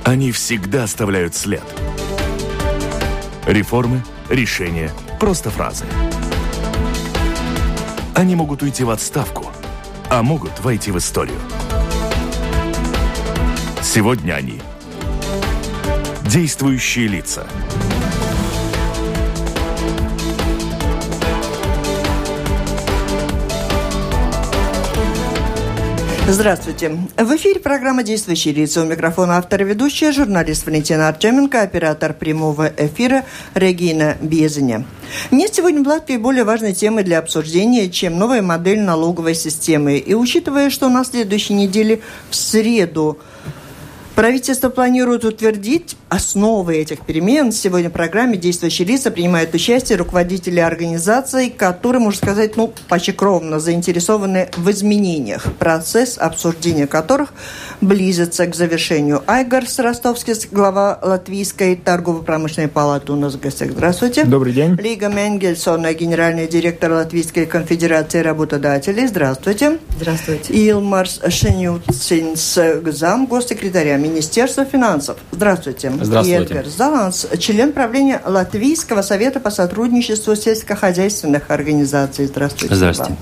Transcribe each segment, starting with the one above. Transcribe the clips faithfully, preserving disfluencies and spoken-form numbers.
Они всегда оставляют след. Реформы, решения, просто фразы. Они могут уйти в отставку, а могут войти в историю. Сегодня они – действующие лица. Здравствуйте. В эфире программа «Действующие лица». У микрофона автор и ведущая, журналист Валентина Артеменко, оператор прямого эфира Регина Безеня. Нет сегодня в Латвии более важной темы для обсуждения, чем новая модель налоговой системы. И учитывая, что на следующей неделе в среду правительство планирует утвердить основы этих перемен, сегодня в программе «Действующие лица» принимают участие руководители организаций, которые, можно сказать, ну, почти кровно заинтересованы в изменениях, процесс обсуждения которых близится к завершению. Айгарс Ростовский, глава Латвийской торгово-промышленной палаты, у нас в гостях. Здравствуйте. Добрый день. Лига Менгельсона, генеральный директор Латвийской конфедерации работодателей. Здравствуйте. Здравствуйте. Илмарс Шенюцинс, зам госсекретаря Министерства финансов. Здравствуйте. Здравствуйте. И Эдгар Заланс, член правления Латвийского совета по сотрудничеству сельскохозяйственных организаций. Здравствуйте. Здравствуйте.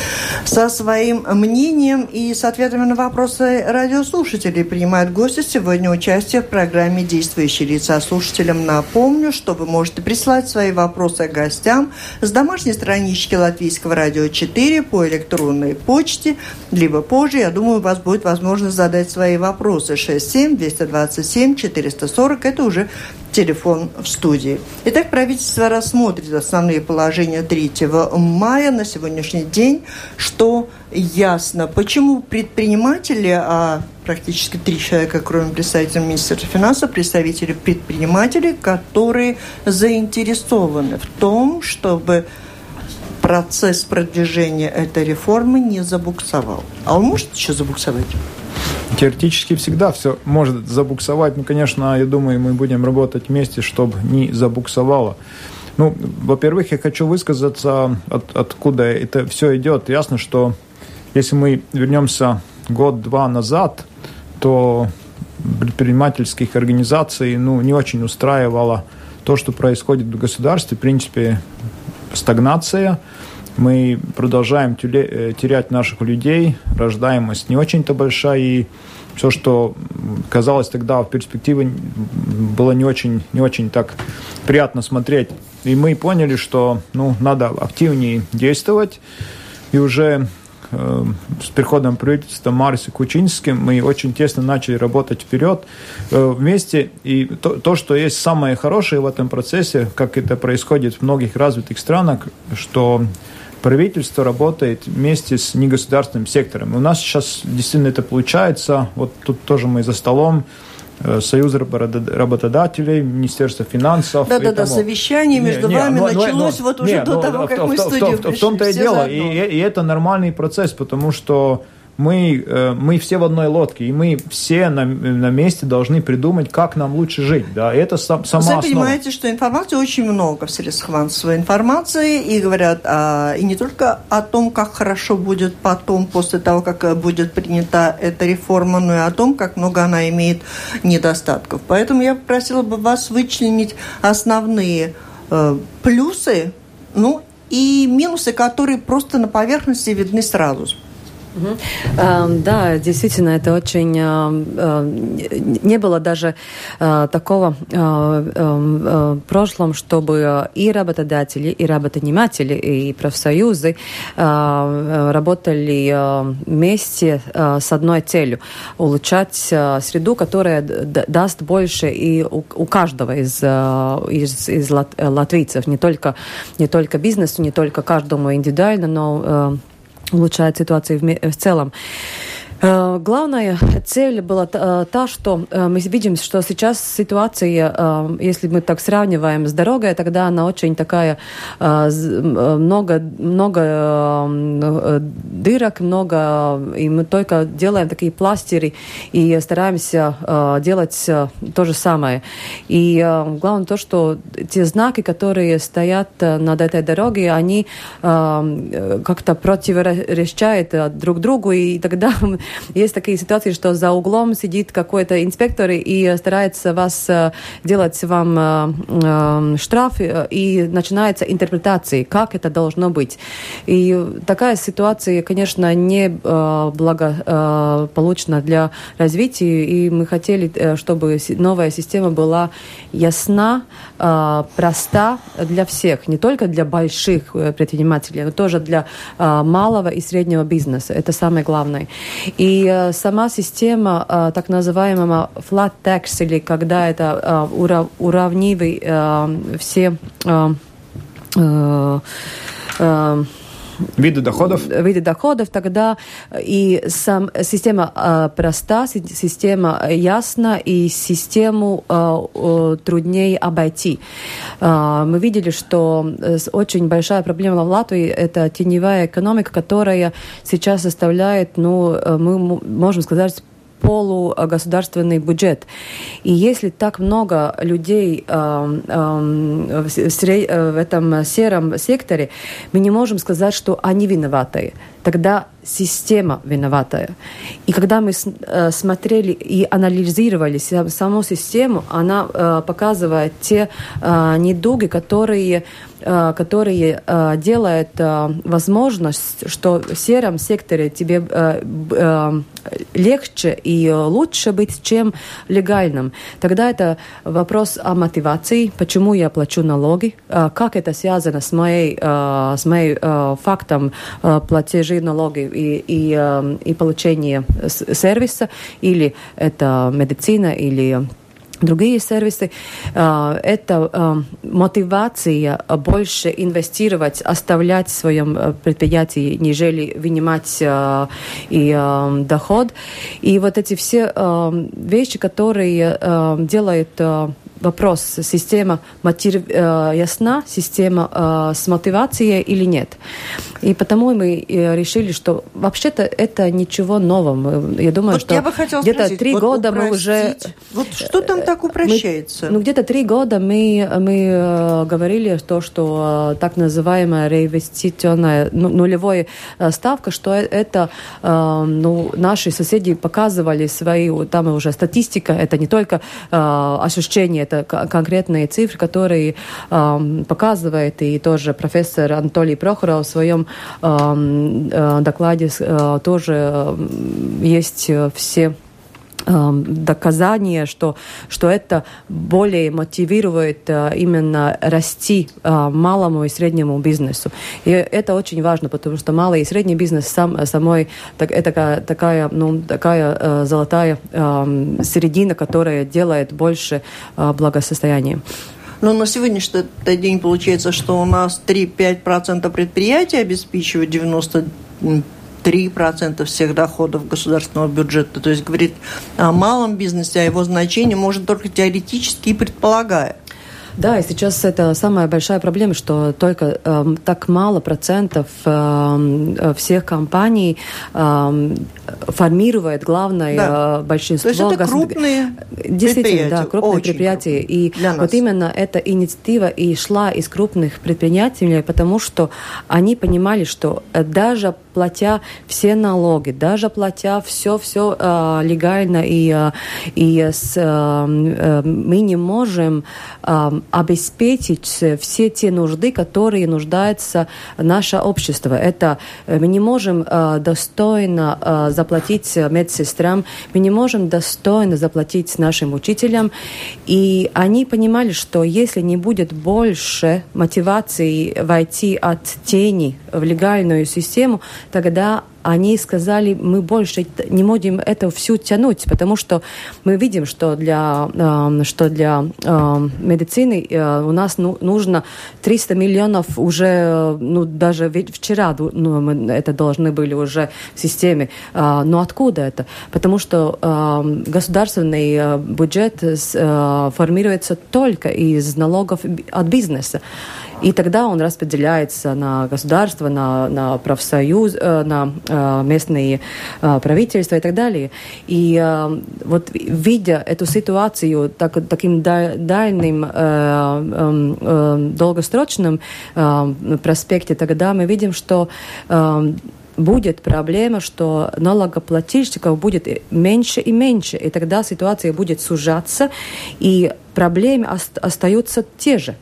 Со своим мнением и с ответами на вопросы радиослушателей принимают гости сегодня участие в программе «Действующие лица». Слушателям напомню, что вы можете прислать свои вопросы гостям с домашней странички Латвийского радио четыре по электронной почте, либо позже, я думаю, у вас будет возможность задать свои вопросы. шесть семь двести двадцать семь четыреста сорок, это уже телефон в студии. Итак, правительство рассмотрит основные положения третьего мая на сегодняшний день, что ясно, почему предприниматели, а практически три человека, кроме представителей Министерства финансов, представители предпринимателей, которые заинтересованы в том, чтобы процесс продвижения этой реформы не забуксовал. А он может еще забуксовать? Теоретически всегда все может забуксовать. Ну, конечно, я думаю, мы будем работать вместе, чтобы не забуксовало. Ну, во-первых, я хочу высказаться, от, откуда это все идет. Ясно, что если мы вернемся год-два назад, то предпринимательских организаций ну, не очень устраивало то, что происходит в государстве. В принципе, стагнация. Мы продолжаем терять наших людей, рождаемость не очень-то большая, и все, что казалось тогда в перспективе, было не очень, не очень так приятно смотреть. И мы поняли, что ну, надо активнее действовать, и уже э, с приходом правительства Мариса Кучински мы очень тесно начали работать вперед э, вместе. И то, то, что есть самое хорошее в этом процессе, как это происходит в многих развитых странах, что правительство работает вместе с негосударственным сектором. У нас сейчас действительно это получается. Вот тут тоже мы за столом. Союз работодателей, Министерство финансов. Да-да-да, совещание между не, вами не, началось но, вот уже не, до но, того, как в, мы в студию пришли. В том-то и дело. И, и это нормальный процесс, потому что мы, мы все в одной лодке, и мы все на, на месте должны придумать, как нам лучше жить. Да? И это сам, сама основа. Вы понимаете, что информации очень много в сельскохозяйственной информации, и говорят а, и не только о том, как хорошо будет потом, после того, как будет принята эта реформа, но и о том, как много она имеет недостатков. Поэтому я попросила бы вас вычленить основные э, плюсы, ну и минусы, которые просто на поверхности видны сразу. Да, действительно, это очень... Не было даже такого в прошлом, чтобы и работодатели, и работонаниматели, и профсоюзы работали вместе с одной целью – улучшать среду, которая даст больше и у каждого из, из, из латвийцев, не только, не только бизнесу, не только каждому индивидуально, но улучшает ситуацию в, в целом. Главная цель была та, что мы видим, что сейчас ситуация, если мы так сравниваем с дорогой, тогда она очень такая, много, много дырок, много, и мы только делаем такие пластыри и стараемся делать то же самое. И главное то, что те знаки, которые стоят над этой дорогой, они как-то противоречат друг другу, и тогда есть такие ситуации, что за углом сидит какой-то инспектор и старается вас делать вам штраф, и начинается интерпретация, как это должно быть. И такая ситуация, конечно, не благополучна для развития, и мы хотели, чтобы новая система была ясна, проста для всех, не только для больших предпринимателей, но тоже для малого и среднего бизнеса. Это самое главное. И сама система так называемого flat tax, или когда это уравнивает все виды доходов. Виды доходов, тогда и сам, система э, проста, система ясна, и систему э, труднее обойти. Э, мы видели, что очень большая проблема в Латвии – это теневая экономика, которая сейчас составляет, ну, мы можем сказать, полугосударственный бюджет. И если так много людей э, э, в, сред... в этом сером секторе, мы не можем сказать, что они виноваты. Тогда система виноватая. И когда мы э, смотрели и анализировали саму систему, она э, показывает те э, недуги, которые, э, которые э, делают э, возможность, что в сером секторе тебе э, э, легче и лучше быть, чем легальным. Тогда это вопрос о мотивации, почему я плачу налоги, э, как это связано с моей, э, с моим э, фактом э, платежей налоги и, и, э, и получения сервиса, или это медицина, или другие сервисы. Это мотивация больше инвестировать, оставлять в своем предприятии, нежели вынимать и доход. И вот эти все вещи, которые делают вопрос, система мотив, э, ясна, система э, с мотивацией или нет. И потому мы э, решили, что вообще-то это ничего нового. Я думаю, вот что я бы хотела где-то спросить, три вот года упростить, мы уже... Вот что там так упрощается? Мы, ну, где-то три года мы, мы э, говорили то, что э, так называемая реинвестиционная ну, нулевая э, ставка, что это э, ну, наши соседи показывали свои, там уже статистика, это не только э, ощущение, это конкретные цифры, которые э, показывает, и тоже профессор Анатолий Прохоров в своем э, э, докладе э, тоже э, есть все доказание, что, что это более мотивирует а, именно расти а, малому и среднему бизнесу. И это очень важно, потому что малый и средний бизнес сам, самой так, это такая, ну, такая а, золотая а, середина, которая делает больше а, благосостояния. Но на сегодняшний день получается, что у нас три-пять процентов предприятий обеспечивают девяносто три процента всех доходов государственного бюджета. То есть говорит о малом бизнесе, о его значении, может, только теоретически и предполагая. Да, и сейчас это самая большая проблема, что только э, так мало процентов э, всех компаний э, формирует главное да. большинство. То есть это крупные Действительно, да, крупные предприятия. И вот нас. Именно эта инициатива и шла из крупных предприятий, потому что они понимали, что даже платя все налоги, даже платя все-все э, легально, и, э, и с, э, мы не можем э, обеспечить все те нужды, которые нуждается наше общество. Это мы не можем э, достойно э, заплатить медсестрам, мы не можем достойно заплатить нашим учителям. И они понимали, что если не будет больше мотивации войти от тени в легальную систему, тогда они сказали, мы больше не можем это всю тянуть, потому что мы видим, что для, э, что для э, медицины э, у нас ну, нужно триста миллионов уже, ну, даже вчера ну, мы это должны были уже в системе. Э, но откуда это? Потому что э, государственный бюджет э, формируется только из налогов от бизнеса. И тогда он распределяется на государство, на, на профсоюз, на э, местные э, правительства и так далее. И э, вот видя эту ситуацию так, таким дальним, э, э, долгосрочным э, проспекте, тогда мы видим, что э, будет проблема, что налогоплательщиков будет меньше и меньше, и тогда ситуация будет сужаться, и проблемы ост- остаются те же.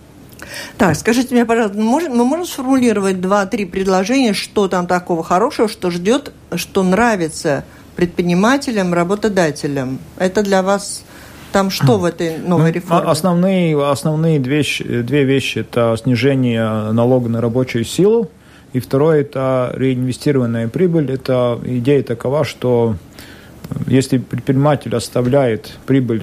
Так, скажите мне, пожалуйста, мы можем, мы можем сформулировать два-три предложения, что там такого хорошего, что ждет, что нравится предпринимателям, работодателям? Это для вас там что в этой новой реформе? Основные, основные две, две вещи – это снижение налога на рабочую силу, и второе – это реинвестированная прибыль. Это идея такова, что если предприниматель оставляет прибыль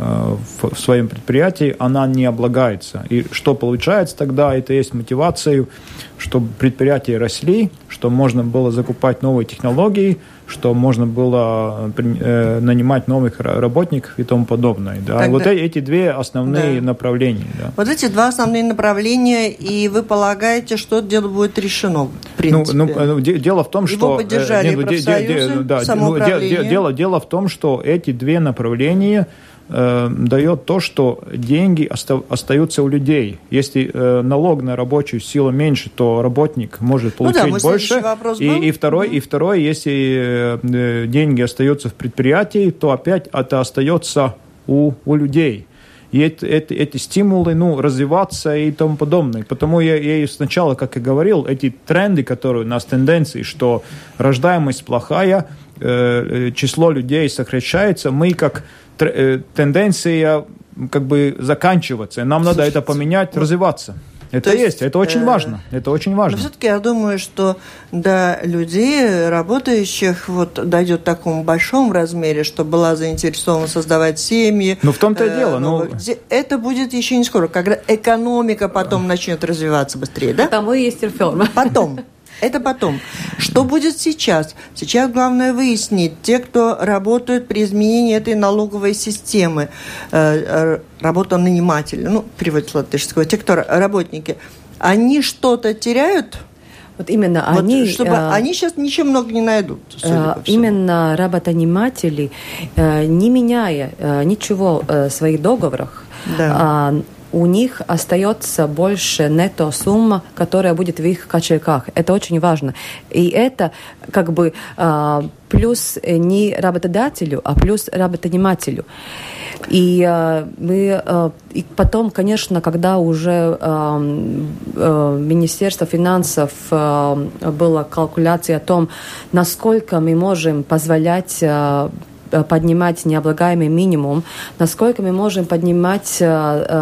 в своем предприятии, она не облагается. И что получается тогда? Это есть мотивацию, чтобы предприятия росли, чтобы можно было закупать новые технологии, что можно было э, нанимать новых работников и тому подобное. Да? Тогда... Вот эти две основные да. направления. Да. Вот эти два основные направления, и вы полагаете, что дело будет решено, в принципе? Ну, ну, дело в том, Его что... Его поддержали э, нет, профсоюзы, де, да, самоуправление. Дело, дело в том, что эти две направления э, дает то, что деньги оста- остаются у людей. Если э, налог на рабочую силу меньше, то работник может получить ну да, больше. И, и, второй, mm-hmm. и второе, если э, деньги остаются в предприятии, то опять это остается у, у людей. И это, это, эти стимулы, ну, развиваться и тому подобное. Потому я, я сначала, как и говорил, эти тренды, которые у нас, тенденции, что рождаемость плохая, э, число людей сокращается, мы как тр, э, тенденция как бы заканчиваться. Нам надо это поменять, развиваться. Это есть, есть, это очень э, важно. Это очень важно. Но все-таки я думаю, что до людей, работающих, вот дойдет в таком большом размере, что была заинтересована создавать семьи. Ну, в том-то и э, дело. Ну, ну... Это будет еще не скоро, когда экономика потом начнет развиваться быстрее, да? Потому и есть реформа. Потом. Это потом. Что будет сейчас? Сейчас главное выяснить, те, кто работают при изменении этой налоговой системы, э, работа нанимателя, ну, перевод с латышского, те, кто работники, они что-то теряют? Вот именно вот они... Чтобы э, они сейчас ничего много не найдут, судя по всему. Именно работананиматели, э, не меняя э, ничего э, в своих договорах, да. э, у них остается больше нетто сумма, которая будет в их кошельках. Это очень важно. И это как бы э, плюс не работодателю, а плюс работананимателю. И, э, мы, э, и потом, конечно, когда уже э, э, Министерство финансов э, была калькуляция о том, насколько мы можем позволять э, поднимать необлагаемый минимум, насколько мы можем поднимать э,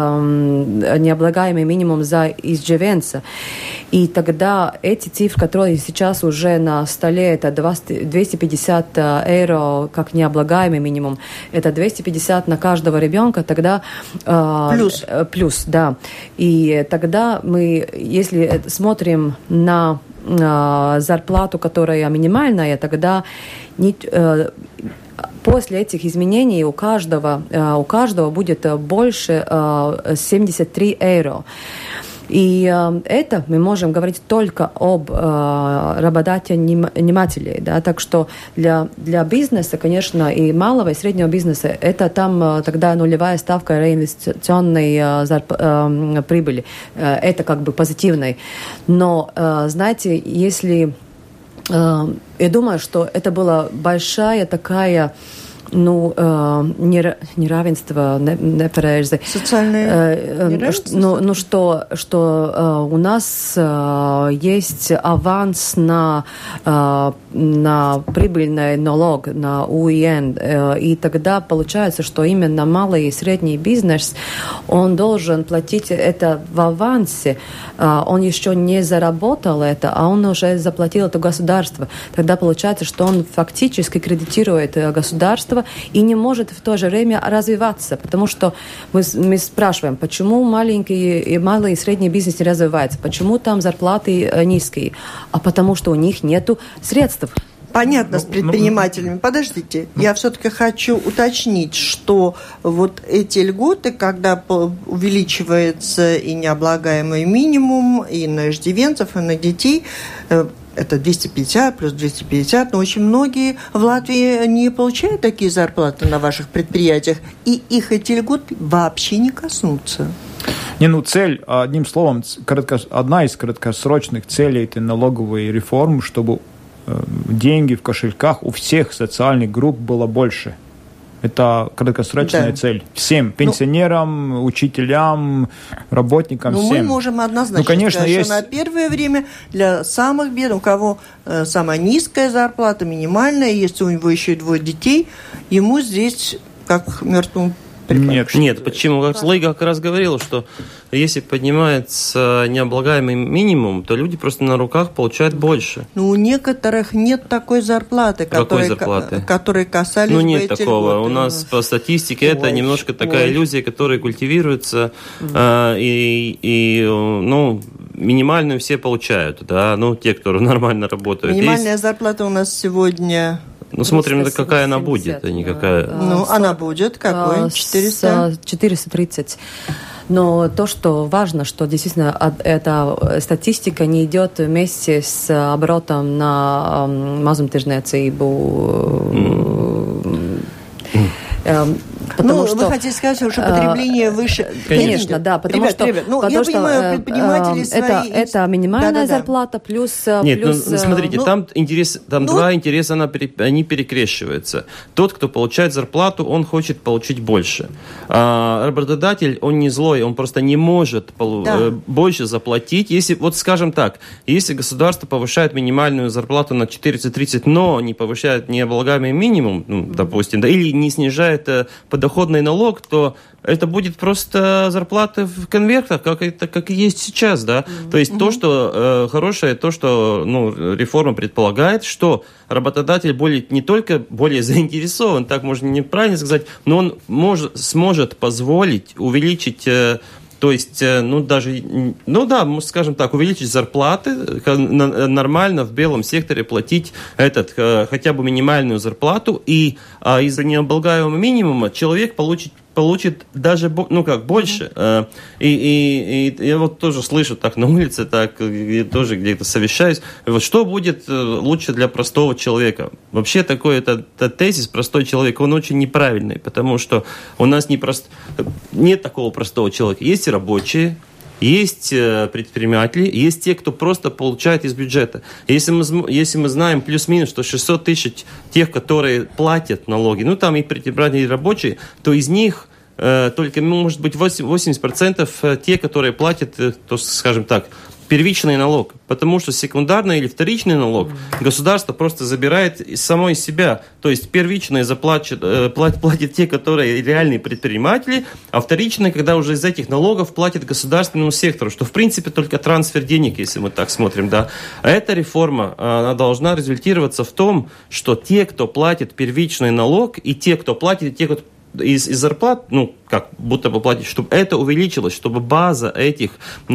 э, необлагаемый минимум за иждивенца. И тогда эти цифры, которые сейчас уже на столе, это двести пятьдесят евро как необлагаемый минимум, это двести пятьдесят на каждого ребенка, тогда... Э, плюс. Э, плюс, да. И тогда мы, если смотрим на э, зарплату, которая минимальная, тогда... Не, э, После этих изменений у каждого, у каждого будет больше семьдесят три евро. И это мы можем говорить только об работодателе. Да? Так что для, для бизнеса, конечно, и малого, и среднего бизнеса, это там тогда нулевая ставка реинвестиционной зарп... прибыли. Это как бы позитивной. Но, знаете, если... Я думаю, что это была большая такая, ну, неравенство, неправильно. Социальное неравенство? Ну, ну что, что у нас есть аванс на, на прибыльный налог, на УИН, и тогда получается, что именно малый и средний бизнес, он должен платить это в авансе, он еще не заработал это, а он уже заплатил это государство. Тогда получается, что он фактически кредитирует государство и не может в то же время развиваться, потому что мы, мы спрашиваем, почему маленький и малый и средний бизнес не развивается, почему там зарплаты низкие, а потому что у них нету средств. Понятно, с предпринимателями. Подождите, я все-таки хочу уточнить, что вот эти льготы, когда увеличивается и необлагаемый минимум, и на иждивенцев, и на детей, это двести пятьдесят плюс двести пятьдесят, но очень многие в Латвии не получают такие зарплаты на ваших предприятиях, и их эти льготы вообще не коснутся. Не, ну цель, одним словом, коротко, одна из краткосрочных целей этой налоговой реформы, чтобы э, деньги в кошельках у всех социальных групп было больше. Это краткосрочная да. цель. Всем, пенсионерам, ну, учителям, работникам, ну, всем. Мы можем однозначно ну, конечно, сказать, есть... что на первое время для самых бедных, у кого э, самая низкая зарплата, минимальная, если у него еще и двое детей, ему здесь как мертвому припадку. Нет, нет, почему? Как Лейга как раз говорила, что если поднимается необлагаемый минимум, то люди просто на руках получают больше. Ну, у некоторых нет такой зарплаты, Какой которые, зарплаты? которые касались ну, бы нет эти такого. льготы. У нас по статистике ой, это немножко такая ой. иллюзия, которая культивируется, mm. а, и, и, ну, минимальную все получают, да, ну, те, кто нормально работают. Минимальная Есть... зарплата у нас сегодня... Ну, смотрим, какая она будет, а не какая... Ну, она будет, какой? четыреста? четыреста тридцать. Но то, что важно, что действительно эта статистика не идет вместе с оборотом на mazumtirdzniecību. Mm. Потому ну, что, вы хотите сказать, что потребление выше... Конечно, нет, да, потому ребят, что... Ребят, ну, потому я что, понимаю, предприниматели это, свои... Это минимальная да, да, зарплата плюс... Нет, плюс, ну, смотрите, ну, там, интерес, там ну, два интереса, она, они перекрещиваются. Тот, кто получает зарплату, он хочет получить больше. А работодатель, он не злой, он просто не может да. больше заплатить. Если, вот скажем так, если государство повышает минимальную зарплату на четыреста тридцать, но не повышает необлагаемый минимум, ну, допустим, да, или не снижает подоходный налог, то это будет просто зарплата в конвертах, как это как и есть сейчас, да. Mm-hmm. То есть mm-hmm. то, что э, хорошее, то, что ну, реформа предполагает, что работодатель более, не только более заинтересован, так можно неправильно сказать, но он может, сможет позволить увеличить э, то есть, ну, даже, ну да, скажем так, увеличить зарплаты, нормально в белом секторе платить этот, хотя бы минимальную зарплату, и а, из-за необлагаемого минимума человек получит получит даже, ну как, больше. Mm-hmm. И, и, и я вот тоже слышу так на улице, так я тоже где-то совещаюсь. Вот что будет лучше для простого человека? Вообще такой это, это тезис «простой человек», он очень неправильный, потому что у нас не прост... нет такого простого человека. Есть и рабочие, есть предприниматели, есть те, кто просто получает из бюджета. Если мы, если мы знаем плюс-минус, что шестьсот тысяч тех, которые платят налоги, ну там и предприниматели, и рабочие, то из них э, только, может быть, восемьдесят процентов те, которые платят, то, скажем так, первичный налог, потому что секундарный или вторичный налог mm-hmm. государство просто забирает само из себя. То есть первичный заплатит, э, платят, платят те, которые реальные предприниматели, а вторичный, когда уже из этих налогов платит государственному сектору, что в принципе только трансфер денег, если мы так смотрим. Да. А эта реформа, она должна результироваться в том, что те, кто платит первичный налог, и те, кто платит, и те, кто Из, из зарплат, ну, как будто бы платить, чтобы это увеличилось, чтобы база этих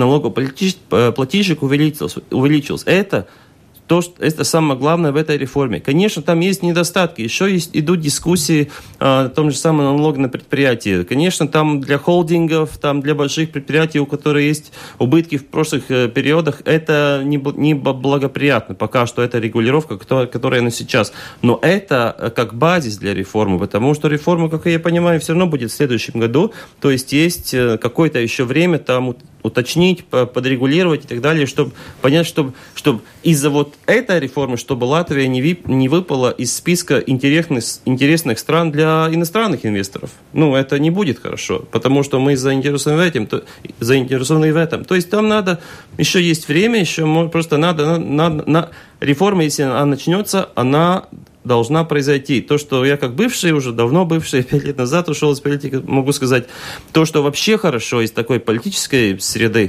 налогоплательщик увеличилась. увеличилась. Это то, что, это самое главное в этой реформе. Конечно, там есть недостатки. Еще есть, идут дискуссии о том же самом налоге на предприятие. Конечно, там для холдингов, там для больших предприятий, у которых есть убытки в прошлых э, периодах, это не, не благоприятно. Пока что это регулировка, которая, которая на сейчас. Но это как базис для реформы, потому что реформа, как я понимаю, все равно будет в следующем году. То есть есть какое-то еще время там уточнить, подрегулировать и так далее, чтобы понять, чтобы, чтобы из-за вот этой реформы, чтобы Латвия не, вип, не выпала из списка интересных, интересных стран для иностранных инвесторов. Ну, это не будет хорошо, потому что мы заинтересованы в этом. То, заинтересованы в этом. То есть там надо, еще есть время, еще просто надо, надо, надо реформа, если она начнется, она должна произойти. То, что я как бывший, уже давно бывший, пять лет назад ушел из политики, могу сказать, то, что вообще хорошо из такой политической среды,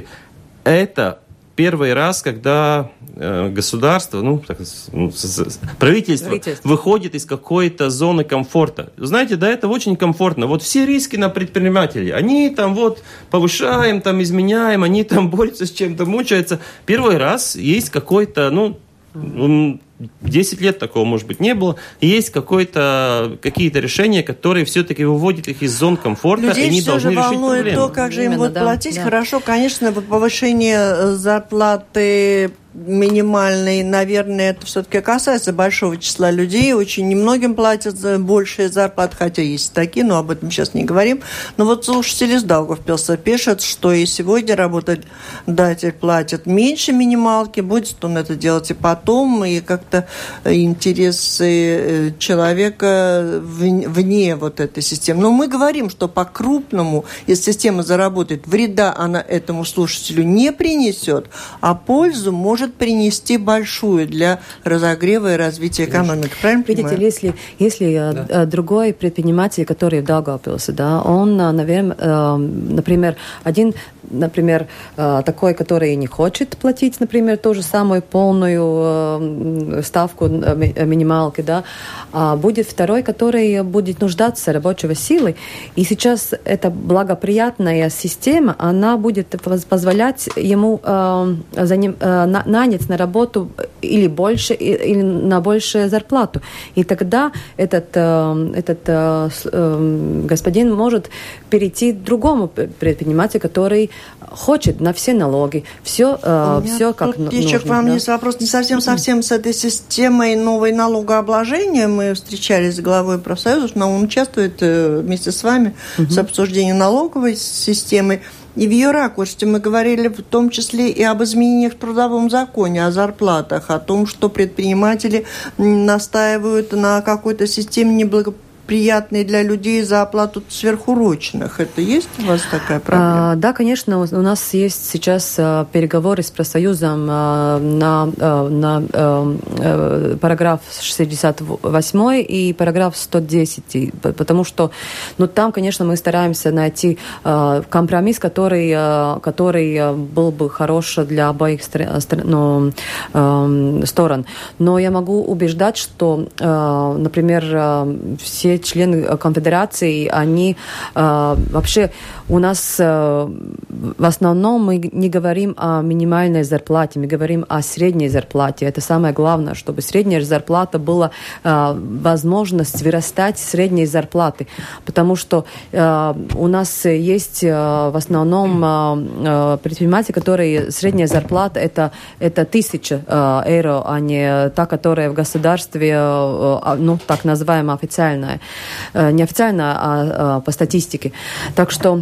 это первый раз, когда э, государство, ну, так, ну правительство, правительство выходит из какой-то зоны комфорта. Знаете, до этого очень комфортно. Вот все риски на предпринимателей, они там вот повышаем, там изменяем, они там борются с чем-то, мучаются. Первый раз есть какой-то, ну, десять лет такого, может быть, не было. Есть какое-то, какие-то решения, которые все-таки выводят их из зон комфорта, людей и они должны решить проблему. Людей все же волнует то, как же им будут да, платить. Да. Хорошо, конечно, повышение зарплаты минимальный, наверное, это все-таки касается большого числа людей. Очень немногим платят большие зарплаты, хотя есть такие, но об этом сейчас не говорим. Но вот слушатели из Даугавпилса пишут, что и сегодня работодатель платит меньше минималки, будет он это делать и потом, и как-то интересы человека вне вот этой системы. Но мы говорим, что по-крупному, если система заработает, вреда она этому слушателю не принесет, а пользу может принести большую для разогрева и развития экономики. Правильно Видите, понимаю? если, если да. другой предприниматель, который в Даугавпилсе, да, он, наверное, например, один, например, такой, который не хочет платить, например, ту же самую полную ставку минималки, да, а будет второй, который будет нуждаться рабочей силой. И сейчас эта благоприятная система, она будет позволять ему э, за ним, э, на, нанять на работу или больше, или на большую зарплату. И тогда этот, э, этот э, господин может перейти к другому предпринимателю, который хочет на все налоги, все, э, все как нужно. Еще к вам да? есть вопрос не совсем-совсем с этой системой новой налогообложения. Мы встречались с главой профсоюзов, но он участвует вместе с вами uh-huh. в обсуждении налоговой системы. И в ее ракурсе мы говорили в том числе и об изменениях в трудовом законе, о зарплатах, о том, что предприниматели настаивают на какой-то системе неблагоприятной, приятные для людей за оплату сверхурочных. Это есть у вас такая проблема? А, да, конечно. У нас есть сейчас а, переговоры с профсоюзом а, на, а, на а, параграф шестьдесят восемь и параграф сто десять, потому что ну, там, конечно, мы стараемся найти а, компромисс, который, а, который был бы хорош для обоих ну, а, сторон. Но я могу убеждать, что, а, например, а, все члены конфедерации, они э, вообще у нас э, в основном мы не говорим о минимальной зарплате, мы говорим о средней зарплате. Это самое главное, чтобы средняя зарплата была э, возможность вырастать средней зарплаты, потому что э, у нас есть э, в основном э, предприниматели, которые средняя зарплата это, это тысяча э, евро, а не та, которая в государстве, э, ну, так называемая официальная. Неофициально, а по статистике. Так что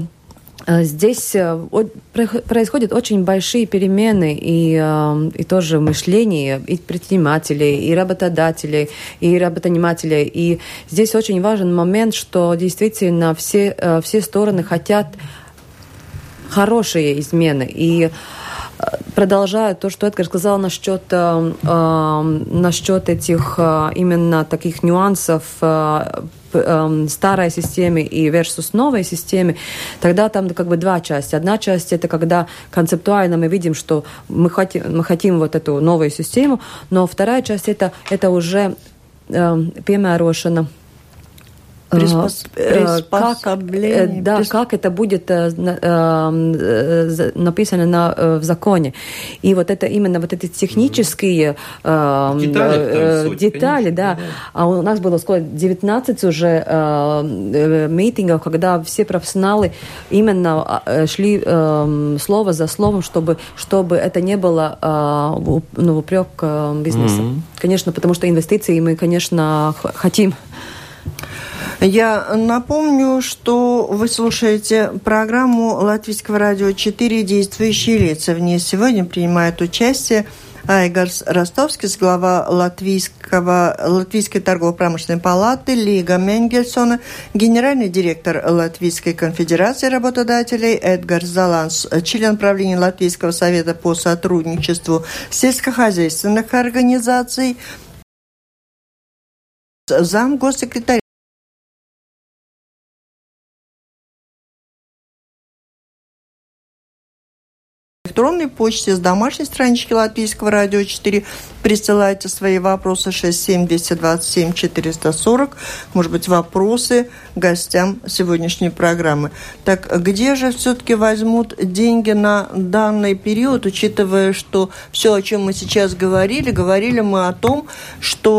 здесь происходят очень большие перемены и, и тоже мышление и предпринимателей, и работодателей, и работонанимателей. И здесь очень важен момент, что действительно все, все стороны хотят хорошие измены. И продолжая то, что Эдгар сказал насчет, э, э, насчет этих э, именно таких нюансов э, э, старой системы и versus новой системе, тогда там как бы два части. Одна часть это когда концептуально мы видим, что мы хотим, мы хотим вот эту новую систему, но вторая часть это, это уже э, piemērošana. Приспос... Приспособление. Как, да, Присп... как это будет э, э, написано на, э, в законе. И вот это именно вот эти технические э, детали, э, суть, детали конечно, да. да. А у нас было сколько, девятнадцать уже э, митингов, когда все профессионалы именно э, шли э, слово за словом, чтобы, чтобы это не было э, ну, упрек э, бизнеса. Mm-hmm. Конечно, потому что инвестиции мы, конечно, х- хотим. Я напомню, что вы слушаете программу Латвийского радио четыре «Действующие лица». В ней сегодня принимает участие Айгарс Ростовскис, глава Латвийского, Латвийской торгово-промышленной палаты, Лига Менгельсона, генеральный директор Латвийской конфедерации работодателей Эдгар Заланс, член правления Латвийского совета по сотрудничеству сельскохозяйственных организаций, зам госсекретаря электронной почте, с домашней странички Латвийского радио четыре. Присылайте свои вопросы шесть семь двести двадцать семь четыреста сорок. Может быть, вопросы гостям сегодняшней программы. Так, где же все-таки возьмут деньги на данный период, учитывая, что все, о чем мы сейчас говорили, говорили мы о том, что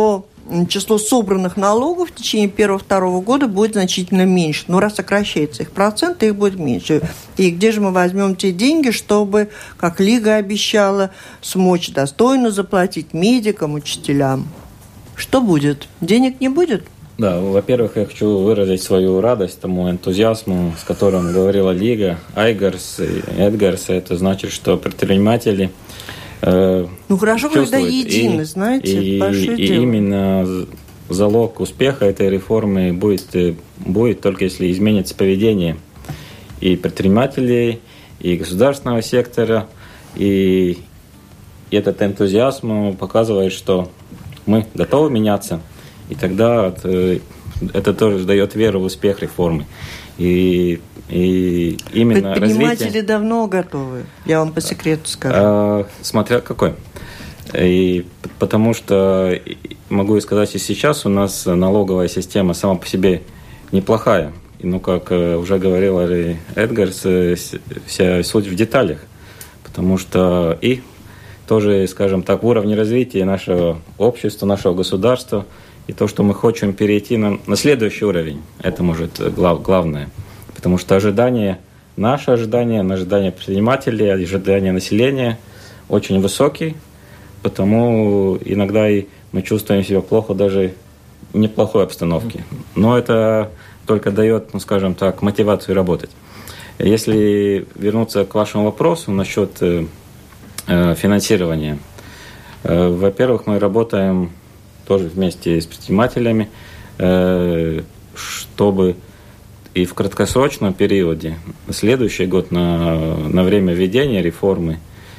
число собранных налогов в течение первого-второго года будет значительно меньше. Но раз сокращается их процент, их будет меньше. И где же мы возьмем те деньги, чтобы, как Лига обещала, смочь достойно заплатить медикам, учителям? Что будет? Денег не будет? Да, во-первых, я хочу выразить свою радость тому энтузиазму, с которым говорила Лига, Айгарс и Эдгарс. Это значит, что предприниматели э, ну хорошо, когда едины, и, знаете, и, это большое и дело. Именно залог успеха этой реформы будет, будет только если изменится поведение и предпринимателей, и государственного сектора. И этот энтузиазм показывает, что мы готовы меняться. И тогда это тоже дает веру в успех реформы. И, и именно предприниматели развитие, давно готовы, я вам по секрету скажу. А, смотря какой. И потому что, могу сказать, и сейчас у нас налоговая система сама по себе неплохая. И, ну, как уже говорил Эдгарс, вся суть в деталях. Потому что и тоже, скажем так, в уровне развития нашего общества, нашего государства, и то, что мы хотим перейти на, на следующий уровень, это может глав, главное. Потому что ожидания, наши ожидания, ожидания предпринимателей, ожидания населения очень высокие, потому иногда и мы чувствуем себя плохо даже в неплохой обстановке. Но это только дает, ну, скажем так, мотивацию работать. Если вернуться к вашему вопросу насчет э, финансирования. Э, во-первых, мы работаем тоже вместе с предпринимателями, чтобы и в краткосрочном периоде, на следующий год, на, на время введения реформы,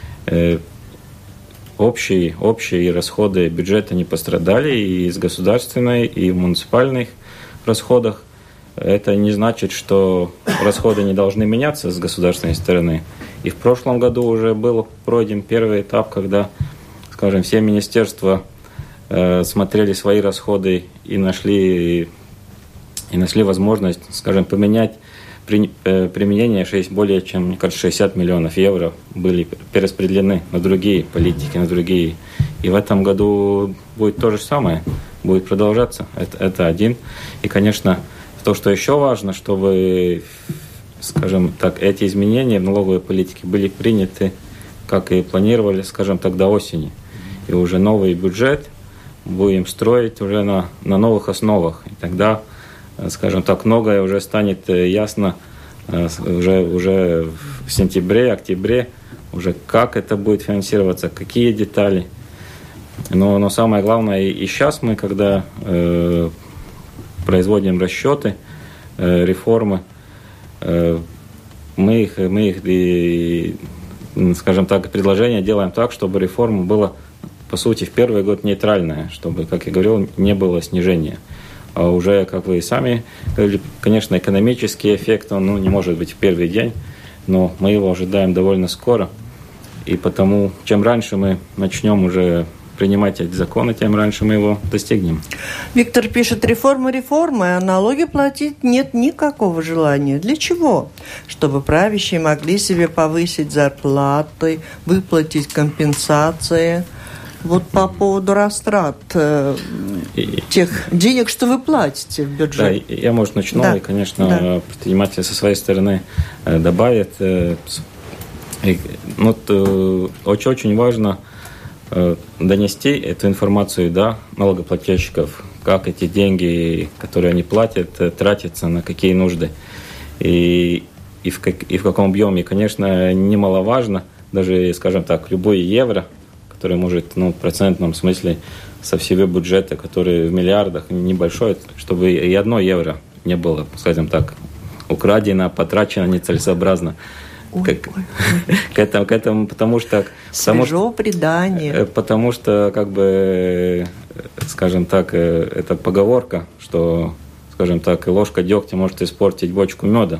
общие, общие расходы бюджета не пострадали и из государственной, и в муниципальных расходах. Это не значит, что расходы не должны меняться с государственной стороны. И в прошлом году уже был пройден первый этап, когда, скажем, все министерства смотрели свои расходы и нашли, и нашли возможность, скажем, поменять при, применение шесть, более чем, мне кажется, шестьдесят миллионов евро были перераспределены на другие политики, на другие. И в этом году будет то же самое, будет продолжаться. Это, это один. И, конечно, то, что еще важно, чтобы, скажем так, эти изменения в налоговой политике были приняты, как и планировали, скажем так, до осени. И уже новый бюджет будем строить уже на, на новых основах. И тогда, скажем так, многое уже станет ясно уже, уже в сентябре, октябре, уже как это будет финансироваться, какие детали. Но, но самое главное, и, и сейчас мы, когда э, производим расчеты, э, реформы, э, мы их, мы их и, скажем так, предложения делаем так, чтобы реформа была, по сути, в первый год нейтральная, чтобы, как я говорил, не было снижения. А уже, как вы и сами говорили, конечно, экономический эффект, он ну, не может быть в первый день, но мы его ожидаем довольно скоро. И потому, чем раньше мы начнем уже принимать эти законы, тем раньше мы его достигнем. Виктор пишет, реформа реформы, а налоги платить нет никакого желания. Для чего? Чтобы правящие могли себе повысить зарплаты, выплатить компенсации. Вот по поводу растрат э, и, тех денег, что вы платите в бюджет. Да, я, может, начну, да. И, конечно, да. Предприниматели со своей стороны э, добавят. Э, и, ну, э, очень, очень важно э, донести эту информацию до налогоплательщиков, как эти деньги, которые они платят, э, тратятся, на какие нужды. И, и, в, как, и в каком объеме. Конечно, немаловажно, даже, скажем так, любой евро, который может, ну, в процентном смысле со всего бюджета, который в миллиардах, небольшой, чтобы и одно евро не было, скажем так, украдено, потрачено нецелесообразно. Ой, как, ой, ой. К этому, к этому, потому что... Свежо предание. Потому что, как бы, скажем так, это поговорка, что, скажем так, ложка дегтя может испортить бочку меда.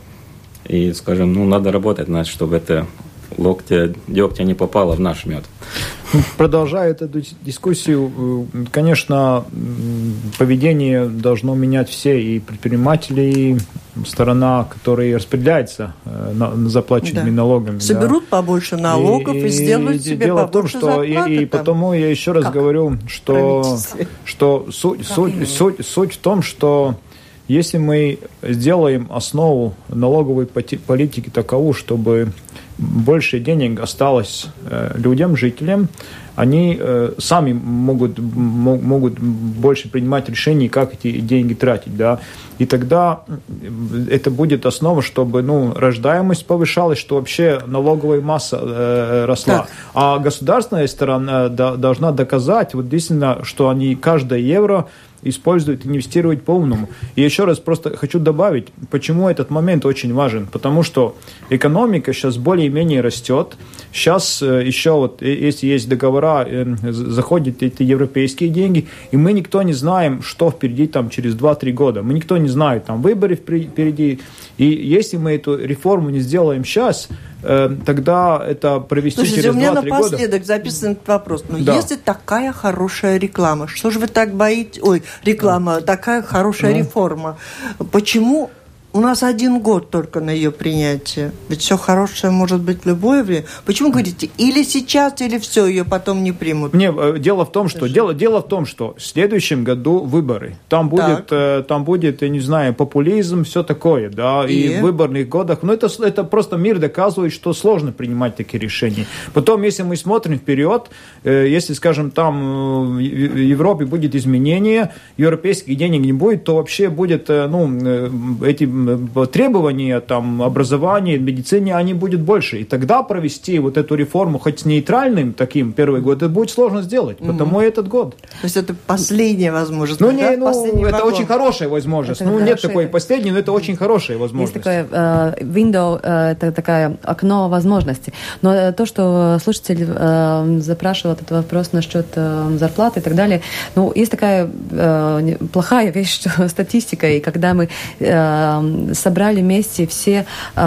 И, скажем, ну, надо работать, надо, чтобы это... локтя дегтя не попало в наш мед. Продолжая эту дискуссию, конечно, поведение должно менять все, и предприниматели, сторона, которая распределяется на, заплаченными да. налогами. Соберут да. побольше налогов и, и сделают и себе дело побольше в том, что зарплаты. И, и потому я еще раз как? говорю, что, что суть, суть, суть, суть в том, что если мы сделаем основу налоговой политики такову, чтобы больше денег осталось э, людям, жителям, они э, сами могут, м- могут больше принимать решения, как эти деньги тратить. Да? И тогда это будет основа, чтобы ну, рождаемость повышалась, что вообще налоговая масса э, росла. Так. А государственная сторона да, должна доказать, вот действительно, что они каждое евро используют, инвестируют по-умному. И еще раз просто хочу добавить, почему этот момент очень важен. Потому что экономика сейчас более-менее растет. Сейчас еще вот, если есть договора, заходят эти европейские деньги, и мы никто не знаем, что впереди там через два-три года. Мы никто не знает, там выборы впереди. И если мы эту реформу не сделаем сейчас, тогда это провести Слушайте, через два-три года. у меня напоследок записан этот вопрос. Но да. если такая хорошая реклама, что же вы так боитесь? Ой, реклама, да. такая хорошая ну. реформа. Почему у нас один год только на ее принятие? Ведь все хорошее может быть в любое время. Почему говорите, или сейчас, или все, ее потом не примут? Не, дело в том, что дело, дело в том, что в следующем году выборы. Там будет, э, там будет, я не знаю, популизм, все такое, да, и, и в выборных годах. Но это, это просто мир доказывает, что сложно принимать такие решения. Потом, если мы смотрим вперед, э, если, скажем, там в Европе будет изменение, европейских денег не будет, то вообще будет, э, ну, эти требования там, образования, медицине, они будут больше. И тогда провести вот эту реформу хоть с нейтральным таким первый год, это будет сложно сделать. Mm-hmm. Потому и этот год. То есть это последняя возможность. Ну, не, ну это вагон. Очень хорошая возможность. Это ну, нет такой последней, но это очень хорошая возможность. Есть такое uh, window, uh, это такое окно возможностей. Но uh, то, что слушатель uh, запрашивал этот вопрос насчет uh, зарплаты и так далее, ну, есть такая uh, плохая вещь, что статистика, и когда мы uh, собрали вместе все,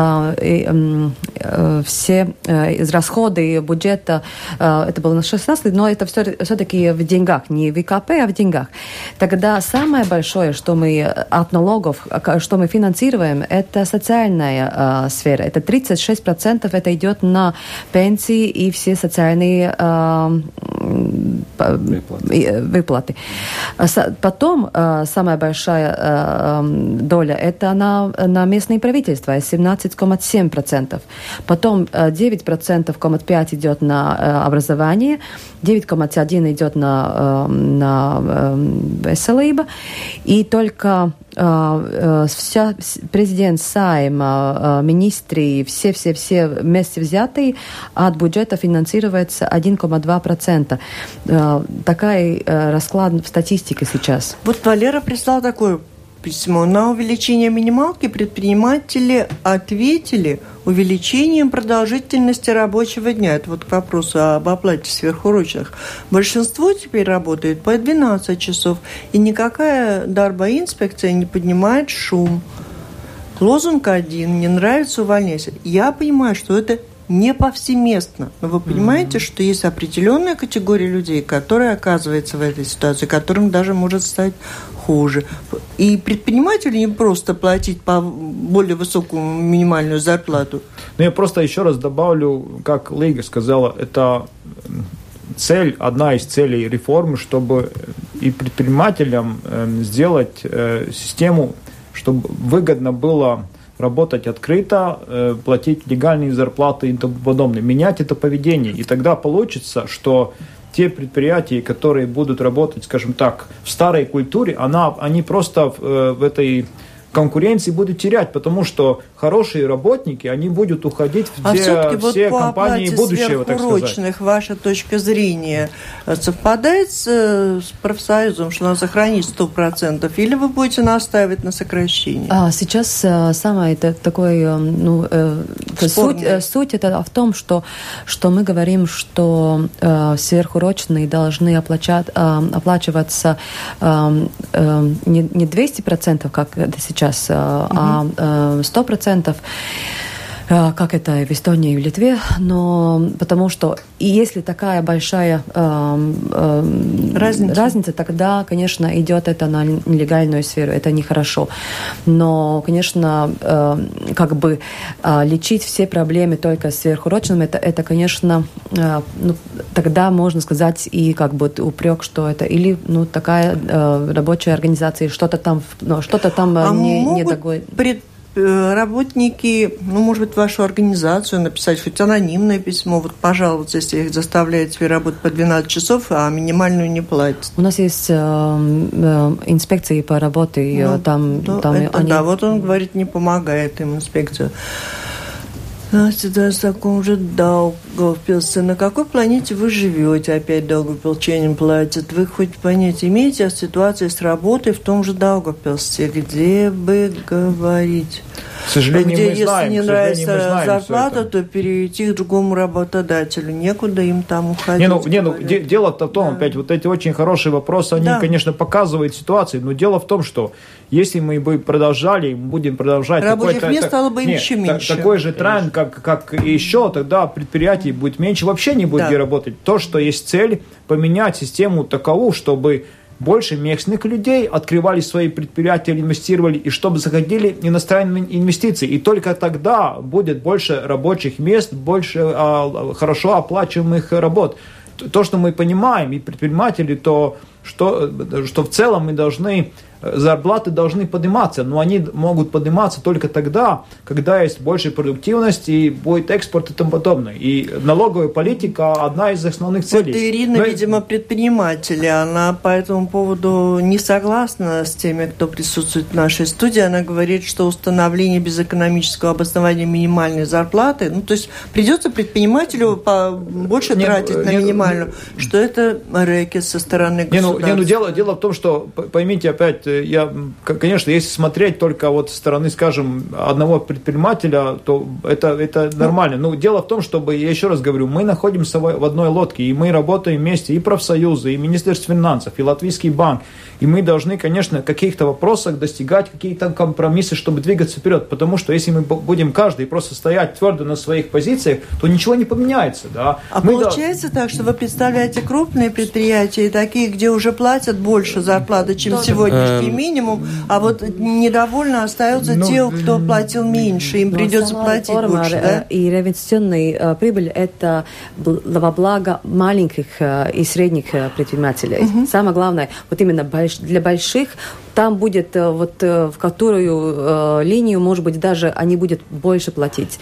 э, э, все э, расходы бюджета, э, это было на шестнадцать, но это все, все-таки в деньгах, не в ИКП, а в деньгах. Тогда самое большое, что мы от налогов, что мы финансируем, это социальная э, сфера. Это тридцать шесть процентов это идет на пенсии и все социальные э, выплаты. выплаты. Потом э, самая большая э, доля это на на местные правительства, семнадцать целых семь десятых процента. Потом девять целых пять процентов идет на образование, девять целых один процент идет на, на веселību, и только вся, президент, Сайм, министры, все-все-все вместе взятые от бюджета финансируется один целых два процента. Такая расклад в статистике сейчас. Вот Валера прислал такое письмо. На увеличение минималки предприниматели ответили увеличением продолжительности рабочего дня. Это вот к вопросу об оплате сверхурочных. Большинство теперь работает по двенадцать часов, и никакая дарбоинспекция не поднимает шум. Лозунг один: не нравится — увольняйся. Я понимаю, что это не повсеместно. Но вы понимаете, mm-hmm. что есть определенная категория людей, которая оказывается в этой ситуации, которым даже может стать хуже. И предпринимателю не просто платить по более высокую минимальную зарплату. Ну, я просто еще раз добавлю, как Лига сказала, это цель, одна из целей реформы, чтобы и предпринимателям сделать систему, чтобы выгодно было работать открыто, платить легальные зарплаты и тому подобное, менять это поведение. И тогда получится, что те предприятия, которые будут работать, скажем так, в старой культуре, она, они просто в, в этой конкуренции будут терять, потому что хорошие работники, они будут уходить в а все, вот все компании будущего, так сказать. Ваша точка зрения совпадает с, с профсоюзом, что надо сохранить сто процентов, или вы будете настаивать на сокращении? А, сейчас а, самое это такое, ну, э, суть, э, суть это в том, что, что мы говорим, что э, сверхурочные должны оплачать, э, оплачиваться э, э, не, не двести процентов, как это сейчас, а сто процентов. как это в Эстонии и в Литве, но потому что и если такая большая э, э, разница. разница, тогда, конечно, идет это на нелегальную сферу, это нехорошо. Но, конечно, э, как бы э, лечить все проблемы только сверхурочным, это, это конечно, э, ну, тогда можно сказать и как бы упрек, что это или ну, такая э, рабочая организация, что-то там, ну, что-то там а не, могут не догонит. Пред... работники, ну, может быть, вашу организацию написать хоть анонимное письмо, вот пожаловаться, если их заставляют себе работать по двенадцать часов, а минимальную не платят. У нас есть э, э, инспекции по работе, ну, там, да, там это, они... да, вот он говорит, не помогает им инспекция. Настя, да, с таком же Даугавпилсе. На какой планете вы живете? Опять Даугавпилчанин платят. Вы хоть понятие имеете о ситуации с работой в том же Даугавпилсе? Где бы говорить? К сожалению, где, мы если знаем, не к сожалению, нравится мы знаем зарплата, то перейти к другому работодателю. Некуда им там уходить. Не, ну, не, ну де, дело-то в том, да. опять вот эти очень хорошие вопросы, они, да. конечно, показывают ситуацию, но дело в том, что если мы бы продолжали, будем продолжать... Рабочих мест это, стало бы нет, еще меньше. Такой же тренд, как, как и еще, тогда предприятий будет меньше, вообще не будет да. где работать. То, что есть цель, поменять систему такову, чтобы... больше местных людей открывали свои предприятия, инвестировали, и чтобы заходили иностранные инвестиции. И только тогда будет больше рабочих мест, больше а, хорошо оплачиваемых работ. То, что мы понимаем, и предприниматели, то что, что в целом мы должны, зарплаты должны подниматься, но они могут подниматься только тогда, когда есть больше продуктивности, и будет экспорт и тому подобное. И налоговая политика – одна из основных целей. Вот Ирина, но... видимо, предприниматель, она по этому поводу не согласна с теми, кто присутствует в нашей студии. Она говорит, что установление без экономического обоснования минимальной зарплаты, ну, то есть придется предпринимателю больше нет, тратить нет, на минимальную, нет, что это рэкет со стороны государства. Не, ну, дело, дело в том, что, поймите опять, я, конечно, если смотреть только вот со стороны, скажем, одного предпринимателя, то это, это нормально. Но дело в том, чтобы, я еще раз говорю, мы находимся в одной лодке, и мы работаем вместе, и профсоюзы, и Министерство финансов, и Латвийский банк, и мы должны, конечно, в каких-то вопросах достигать какие-то компромиссы, чтобы двигаться вперед, потому что если мы будем каждый просто стоять твердо на своих позициях, то ничего не поменяется. Да? А мы получается да... так, что вы представляете крупные предприятия, такие, где уже платят больше зарплаты, чем Тоже. сегодняшний минимум, а вот недовольно остаются ну, те, кто платил меньше, им придется платить форма, больше, да? И революционная прибыль – это во благо маленьких и средних предпринимателей. Угу. Самое главное, вот именно для больших, там будет вот в которую линию, может быть, даже они будут больше платить.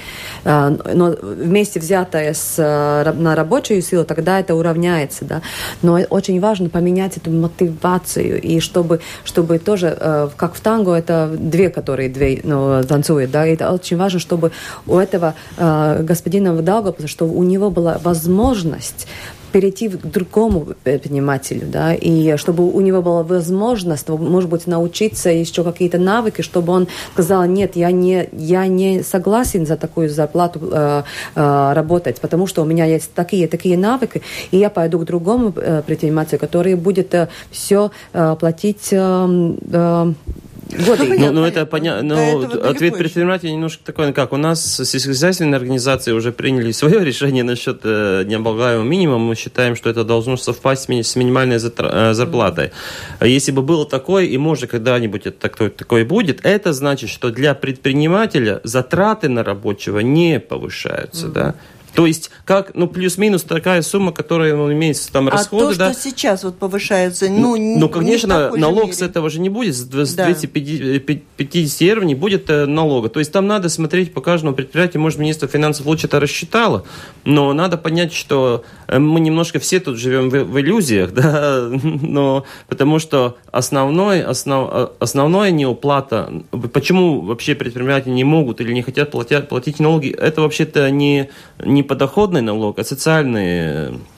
Но вместе взятое с, на рабочую силу, тогда это уравняется. Да? Но очень важно поменять эту мотивацию, и чтобы, чтобы тоже, как в танго, это две, которые две, ну, танцуют. Да? И это очень важно, чтобы у этого господина Даугавпилса, чтобы у него была возможность перейти к другому предпринимателю, да, и чтобы у него была возможность, может быть, научиться еще какие-то навыки, чтобы он сказал, нет, я не, я не согласен за такую зарплату э, э, работать, потому что у меня есть такие такие навыки, и я пойду к другому э, предпринимателю, который будет э, все э, платить э, э, годы. Ну, ну, это понятно. Но ответ предпринимателя немножко такой, как у нас сельскохозяйственные организации уже приняли свое решение насчет э, необлагаемого минимума. Мы считаем, что это должно совпасть с минимальной зарплатой. Если бы было такое, и может когда-нибудь это такое, такое будет, это значит, что для предпринимателя затраты на рабочего не повышаются, mm-hmm. да. То есть, как, ну, плюс-минус такая сумма, которая ну, имеет там расходы. А то, да? что сейчас вот повышается, ну, ну, ну конечно, налог с этого же не будет, с двухсот пятидесяти евро не будет налога. То есть, там надо смотреть по каждому предприятию, может, министр финансов лучше это рассчитало, но надо понять, что мы немножко все тут живем в, в иллюзиях, да, но потому что основной, основ, основная неуплата, почему вообще предприниматели не могут или не хотят платить, платить налоги, это вообще-то не, не подоходный налог, а социальные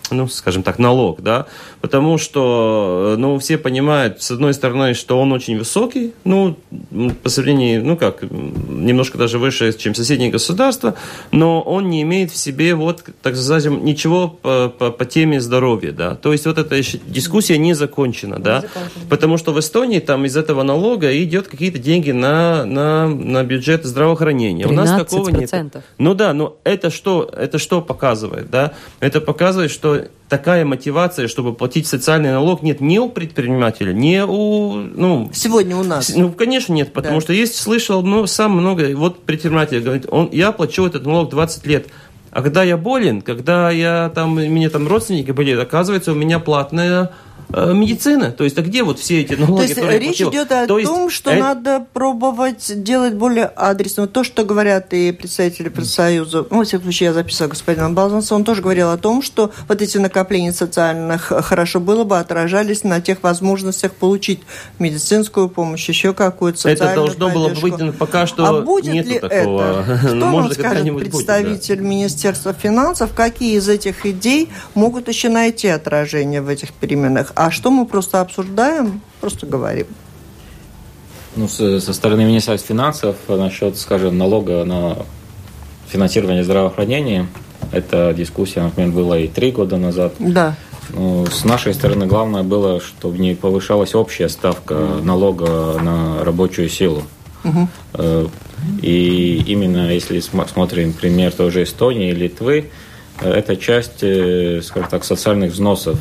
ну, скажем так, налог, да, потому что, ну, все понимают, с одной стороны, что он очень высокий, ну, по сравнению, ну, как, немножко даже выше, чем соседние государства, но он не имеет в себе, вот, так сказать, ничего по, по, по теме здоровья, да, то есть вот эта еще дискуссия не закончена, да, потому что в Эстонии там из этого налога идет какие-то деньги на, на, на бюджет здравоохранения. У нас такого нет. Ну да, но это что, это что показывает, да, это показывает, что такая мотивация, чтобы платить социальный налог, нет ни у предпринимателя, ни у... Ну, сегодня у нас. Ну, конечно, нет, потому да. что есть, слышал, ну, сам много, вот предприниматель говорит, он, я плачу этот налог двадцать лет, а когда я болен, когда я там, у меня там родственники были, оказывается, у меня платная медицина. То есть, а где вот все эти налоги? То есть, речь идет о то том, есть, что это... надо пробовать делать более адресно. То, что говорят и представители профсоюза, ну, во всяком случае, я записала господина Балзанса, он тоже говорил о том, что вот эти накопления социальных хорошо было бы отражались на тех возможностях получить медицинскую помощь, еще какую-то социальную Это должно поддержку. Было быть, но пока что а будет нету ли такого. Это? Что нам может скажет представитель будет, да. Министерства финансов, какие из этих идей могут еще найти отражение в этих переменах? А что мы просто обсуждаем, просто говорим. Ну, со, со стороны Министерства финансов насчет, скажем, налога на финансирование здравоохранения, эта дискуссия, например, была и три года назад. Да. Ну, с нашей стороны главное было, чтобы не повышалась общая ставка налога на рабочую силу. Угу. И именно если смотрим пример той же Эстонии и Литвы, это часть, скажем так, социальных взносов.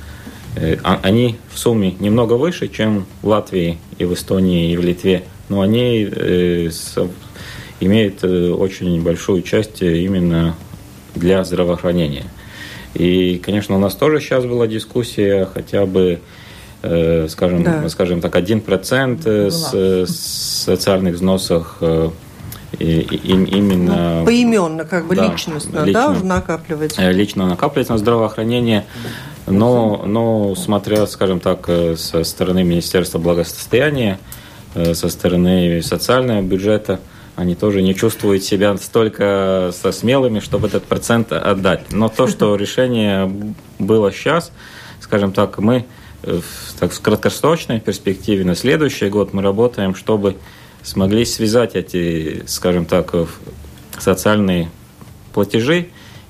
Они в сумме немного выше, чем в Латвии и в Эстонии и в Литве, но они э, с, имеют э, очень большую часть именно для здравоохранения. И, конечно, у нас тоже сейчас была дискуссия, хотя бы, э, скажем, да. скажем так, один процент с, с социальных взносов э, и, и, именно... Ну, поименно, как бы да, личностно, лично, да, уже накапливается? Лично накапливается на здравоохранение. Но, но смотря, скажем так, со стороны Министерства благосостояния, со стороны социального бюджета, они тоже не чувствуют себя столько со смелыми, чтобы этот процент отдать. Но то, что решение было сейчас, скажем так, мы в, так, в краткосрочной перспективе на следующий год мы работаем, чтобы смогли связать эти, скажем так, социальные платежи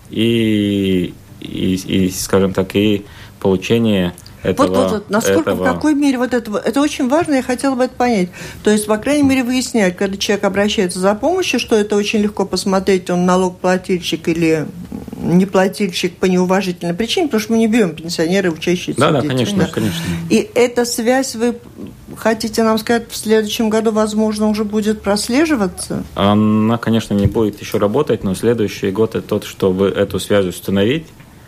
и И, и, скажем так, и получение этого... Вот, вот, вот. Насколько, этого... в какой мере вот это... Это очень важно, я хотела бы это понять. То есть, по крайней мере, выяснять, когда человек обращается за помощью, что это очень легко посмотреть, он налогоплательщик или неплательщик по неуважительной причине, потому что мы не берем пенсионеры, учащиеся да, дети. Да, конечно, да, конечно. И эта связь, вы хотите нам сказать, в следующем году, возможно, уже будет прослеживаться? Она, конечно, не будет еще работать, но следующий год это тот, чтобы эту связь установить,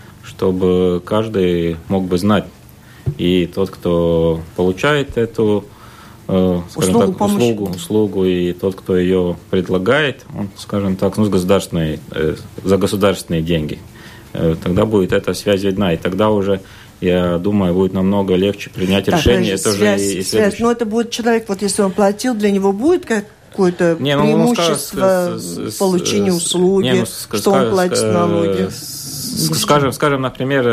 чтобы каждый мог бы знать, и тот, кто получает эту э, скажем услугу, так, услугу, услугу, и тот, кто ее предлагает, он, скажем так, ну, с государственной, э, за государственные деньги, э, тогда будет эта связь видна, и тогда уже, я думаю, будет намного легче принять так, решение. Это связь, уже и, и связь. Но это будет человек, вот если он платил, для него будет как какое-то не, ну, преимущество в получении услуги, не, ну, что скажем, он платит налоги? Скажем, скажем, например,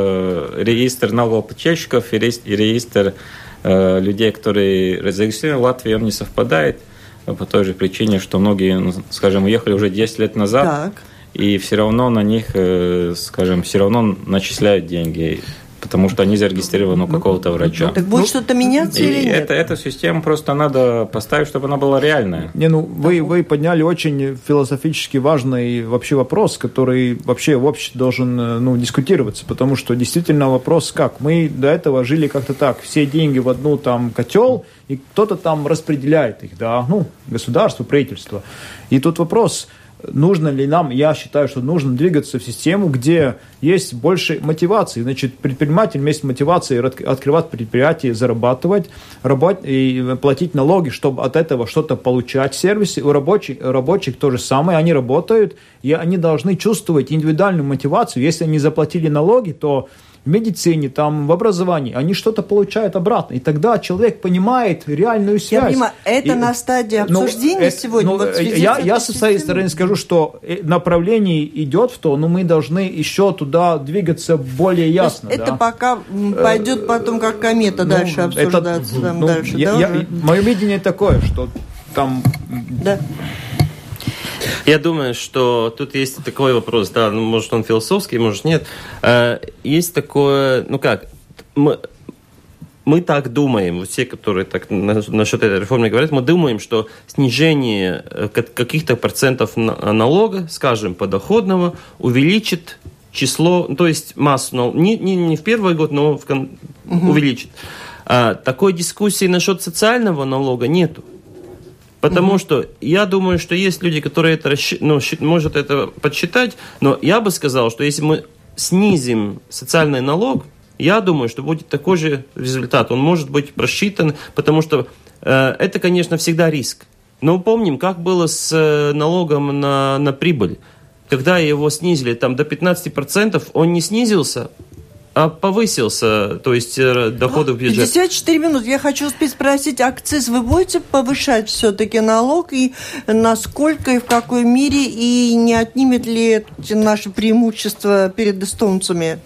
реестр налогоплательщиков и реестр людей, которые зарегистрированы в Латвии, он не совпадает по той же причине, что многие, скажем, уехали уже десять лет назад, так. и все равно на них, скажем, все равно начисляют деньги, потому что они зарегистрированы у какого-то врача. Так будет ну, что-то меняться или нет? Это, эту систему просто надо поставить, чтобы она была реальная. Не, ну вы, вы подняли очень философически важный вообще вопрос, который вообще в обществе должен ну, дискутироваться, потому что действительно вопрос как? Мы до этого жили как-то так, все деньги в одну там котел, и кто-то там распределяет их, да, ну, государство, правительство. И тут вопрос... Нужно ли нам, я считаю, что нужно двигаться в систему, где есть больше мотивации. Значит, предприниматель вместе с мотивацией открывать предприятие, зарабатывать, работать и платить налоги, чтобы от этого что-то получать. Сервисы у рабочих, у рабочих то же самое, они работают, и они должны чувствовать индивидуальную мотивацию. Если они заплатили налоги, то в медицине, там, в образовании, они что-то получают обратно. И тогда человек понимает реальную связь. Я понимаю, это и, на стадии обсуждения ну, сегодня. Ну, вот я я со своей стороны скажу, что направление идет в то, но мы должны еще туда двигаться более ясно. Это да? пока пойдет потом как комета ну, дальше обсуждаться. Это, там ну, дальше, я, да, я, мое видение такое, что там... Да. Я думаю, что тут есть такой вопрос, да, ну, может он философский, может нет. Есть такое, ну как, мы, мы так думаем, вот все, которые так насчет этой реформы говорят, мы думаем, что снижение каких-то процентов налога, скажем, подоходного, увеличит число, то есть массу, не, не, не в первый год, но в, угу. увеличит. А, такой дискуссии насчет социального налога нету. Потому угу. что я думаю, что есть люди, которые это расщ... ну, может это подсчитать, но я бы сказал, что если мы снизим социальный налог, я думаю, что будет такой же результат. Он может быть просчитан, потому что э, это, конечно, всегда риск. Но помним, как было с э, налогом на, на прибыль. Когда его снизили там, до пятнадцати процентов, он не снизился, а повысился, то есть доходы в бюджет. пятьдесят четыре минуты. Я хочу успеть спросить, акциз вы будете повышать все-таки налог, и насколько, и в какой мере, и не отнимет ли это наше преимущество перед эстонцами?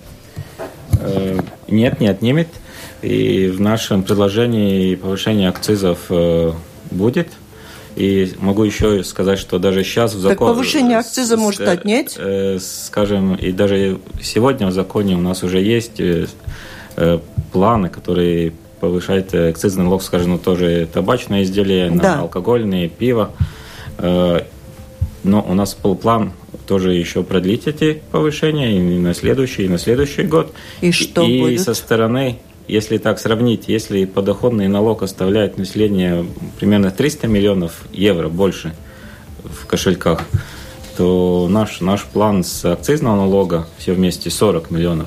Нет, не отнимет. И в нашем предложении повышение акцизов будет. И могу еще сказать, что даже сейчас в законе... Так повышение акциза с, может отнять? Э, э, скажем, и даже сегодня в законе у нас уже есть э, э, планы, которые повышают акцизный налог, скажем, ну, тоже табачные изделия, да. на алкогольные, пиво. Э, но у нас был план тоже еще продлить эти повышения и на следующий, и на следующий год. И что и будет? Со стороны... Если так сравнить, если подоходный налог оставляет население примерно триста миллионов евро больше в кошельках, то наш, наш план с акцизного налога все вместе сорок миллионов.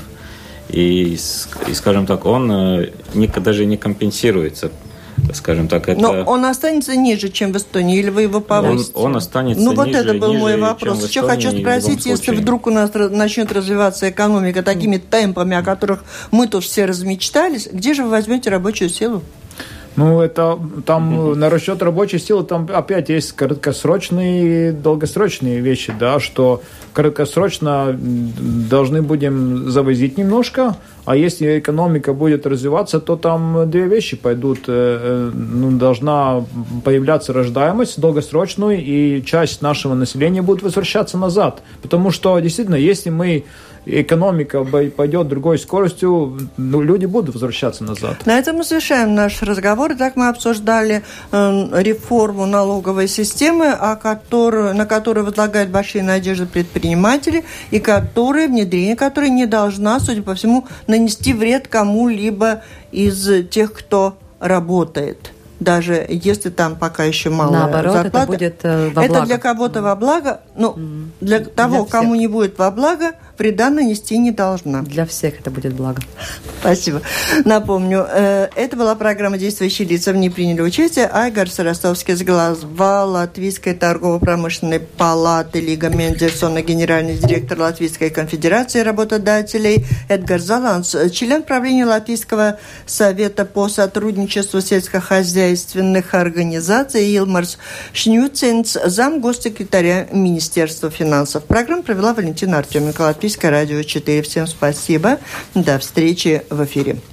И, и скажем так, он не, даже не компенсируется. Скажем так, это... Но он останется ниже, чем в Эстонии, или вы его повысите? Он, он останется ну, вот ниже, это был ниже, мой вопрос. Еще хочу спросить, если вдруг у нас начнет развиваться экономика такими темпами, о которых мы тут все размечтались, где же вы возьмете рабочую силу? Ну, это там mm-hmm. на расчет рабочей силы там опять есть краткосрочные и долгосрочные вещи, да, что краткосрочно должны будем завозить немножко, а если экономика будет развиваться, то там две вещи пойдут. Ну, должна появляться рождаемость долгосрочную, и часть нашего населения будет возвращаться назад. Потому что, действительно, если мы экономика пойдет другой скоростью, ну, люди будут возвращаться назад. На этом мы завершаем наш разговор. Итак, мы обсуждали э, реформу налоговой системы, о которой, на которую возлагают большие надежды предприниматели, и которая, внедрение которой не должна, судя по всему, нанести вред кому-либо из тех, кто работает. Даже если там пока еще мало Наоборот, зарплаты. это будет э, во благо. Это для кого-то во благо, но mm. для того, для кому не будет во благо, вреда нанести не должна. Для всех это будет благо. Спасибо. Напомню, это была программа «Действующие лица». В ней приняли участие Айгарс Ростовский, глава Латвийской торгово-промышленной палаты Лига Мендельсона, генеральный директор Латвийской конфедерации работодателей Эдгар Заланс, член правления Латвийского совета по сотрудничеству сельскохозяйственных организаций Илмарс Шнюценц, зам госсекретаря Министерства финансов. Программу провела Валентина Артеменко, Латвийское радио четыре. Всем спасибо. До встречи в эфире.